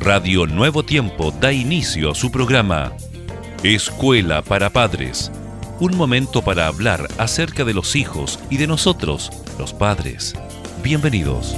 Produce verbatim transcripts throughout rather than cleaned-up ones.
Radio Nuevo Tiempo da inicio a su programa Escuela para Padres. Un momento para hablar acerca de los hijos y de nosotros, los padres. Bienvenidos.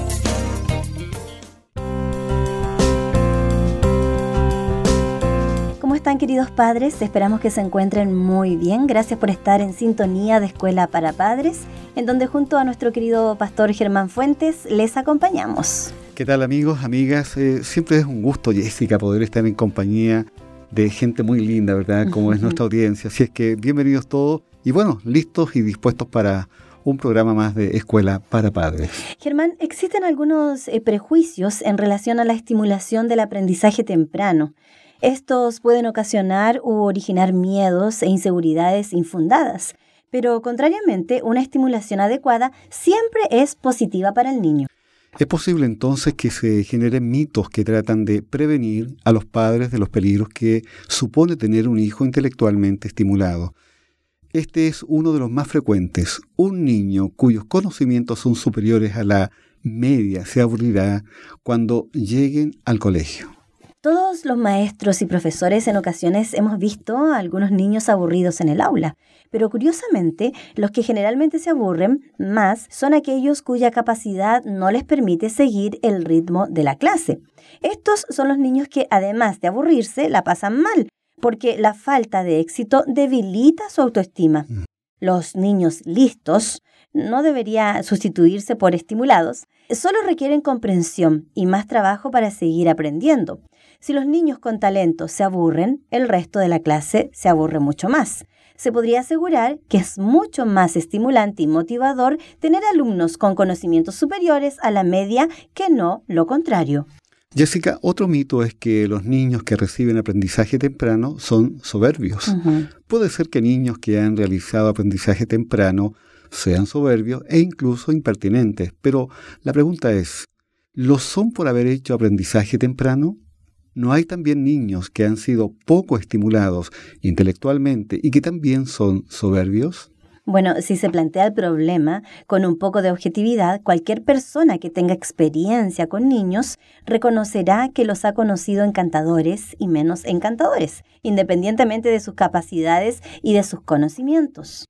¿Cómo están, queridos padres? Esperamos que se encuentren muy bien. Gracias por estar en sintonía de Escuela para Padres, en donde junto a nuestro querido pastor Germán Fuentes les acompañamos. ¿Qué tal, amigos, amigas? Eh, siempre es un gusto, Jessica, poder estar en compañía de gente muy linda, ¿verdad? Como uh-huh. es nuestra audiencia. Así es que bienvenidos todos y bueno, listos y dispuestos para un programa más de Escuela para Padres. Germán, existen algunos eh, prejuicios en relación a la estimulación del aprendizaje temprano. Estos pueden ocasionar u originar miedos e inseguridades infundadas, pero contrariamente, una estimulación adecuada siempre es positiva para el niño. Es posible entonces que se generen mitos que tratan de prevenir a los padres de los peligros que supone tener un hijo intelectualmente estimulado. Este es uno de los más frecuentes. Un niño cuyos conocimientos son superiores a la media se aburrirá cuando lleguen al colegio. Todos los maestros y profesores en ocasiones hemos visto a algunos niños aburridos en el aula, pero curiosamente los que generalmente se aburren más son aquellos cuya capacidad no les permite seguir el ritmo de la clase. Estos son los niños que, además de aburrirse, la pasan mal, porque la falta de éxito debilita su autoestima. Los niños listos no debería sustituirse por estimulados, solo requieren comprensión y más trabajo para seguir aprendiendo. Si los niños con talento se aburren, el resto de la clase se aburre mucho más. Se podría asegurar que es mucho más estimulante y motivador tener alumnos con conocimientos superiores a la media que no lo contrario. Jessica, otro mito es que los niños que reciben aprendizaje temprano son soberbios. Uh-huh. Puede ser que niños que han realizado aprendizaje temprano sean soberbios e incluso impertinentes, pero la pregunta es, ¿lo son por haber hecho aprendizaje temprano? ¿No hay también niños que han sido poco estimulados intelectualmente y que también son soberbios? Bueno, si se plantea el problema con un poco de objetividad, cualquier persona que tenga experiencia con niños reconocerá que los ha conocido encantadores y menos encantadores, independientemente de sus capacidades y de sus conocimientos.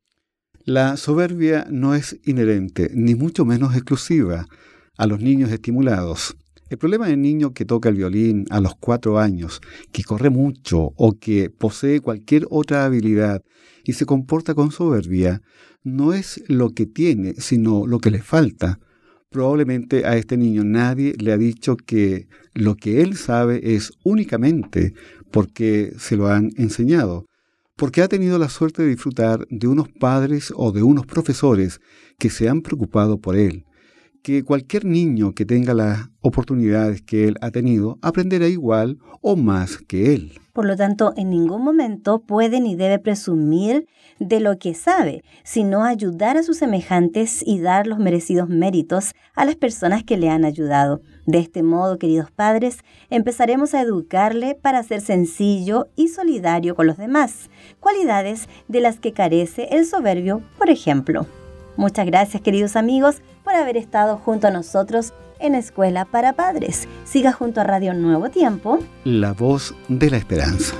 La soberbia no es inherente, ni mucho menos exclusiva, a los niños estimulados. El problema del niño que toca el violín a los cuatro años, que corre mucho o que posee cualquier otra habilidad y se comporta con soberbia, no es lo que tiene, sino lo que le falta. Probablemente a este niño nadie le ha dicho que lo que él sabe es únicamente porque se lo han enseñado, porque ha tenido la suerte de disfrutar de unos padres o de unos profesores que se han preocupado por él. Que cualquier niño que tenga las oportunidades que él ha tenido aprenderá igual o más que él. Por lo tanto, en ningún momento puede ni debe presumir de lo que sabe, sino ayudar a sus semejantes y dar los merecidos méritos a las personas que le han ayudado. De este modo, queridos padres, empezaremos a educarle para ser sencillo y solidario con los demás, cualidades de las que carece el soberbio, por ejemplo. Muchas gracias, queridos amigos, por haber estado junto a nosotros en Escuela para Padres. Siga junto a Radio Nuevo Tiempo, la voz de la esperanza.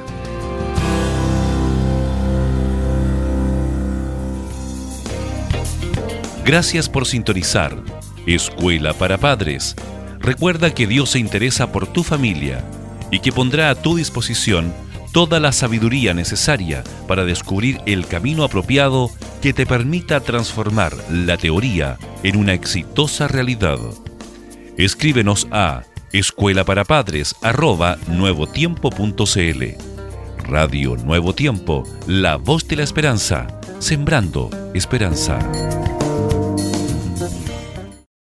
Gracias por sintonizar Escuela para Padres. Recuerda que Dios se interesa por tu familia y que pondrá a tu disposición toda la sabiduría necesaria para descubrir el camino apropiado que te permita transformar la teoría en una exitosa realidad. Escríbenos a escuelaparapadres arroba nuevotiempo punto cl. Radio Nuevo Tiempo, la voz de la esperanza, sembrando esperanza.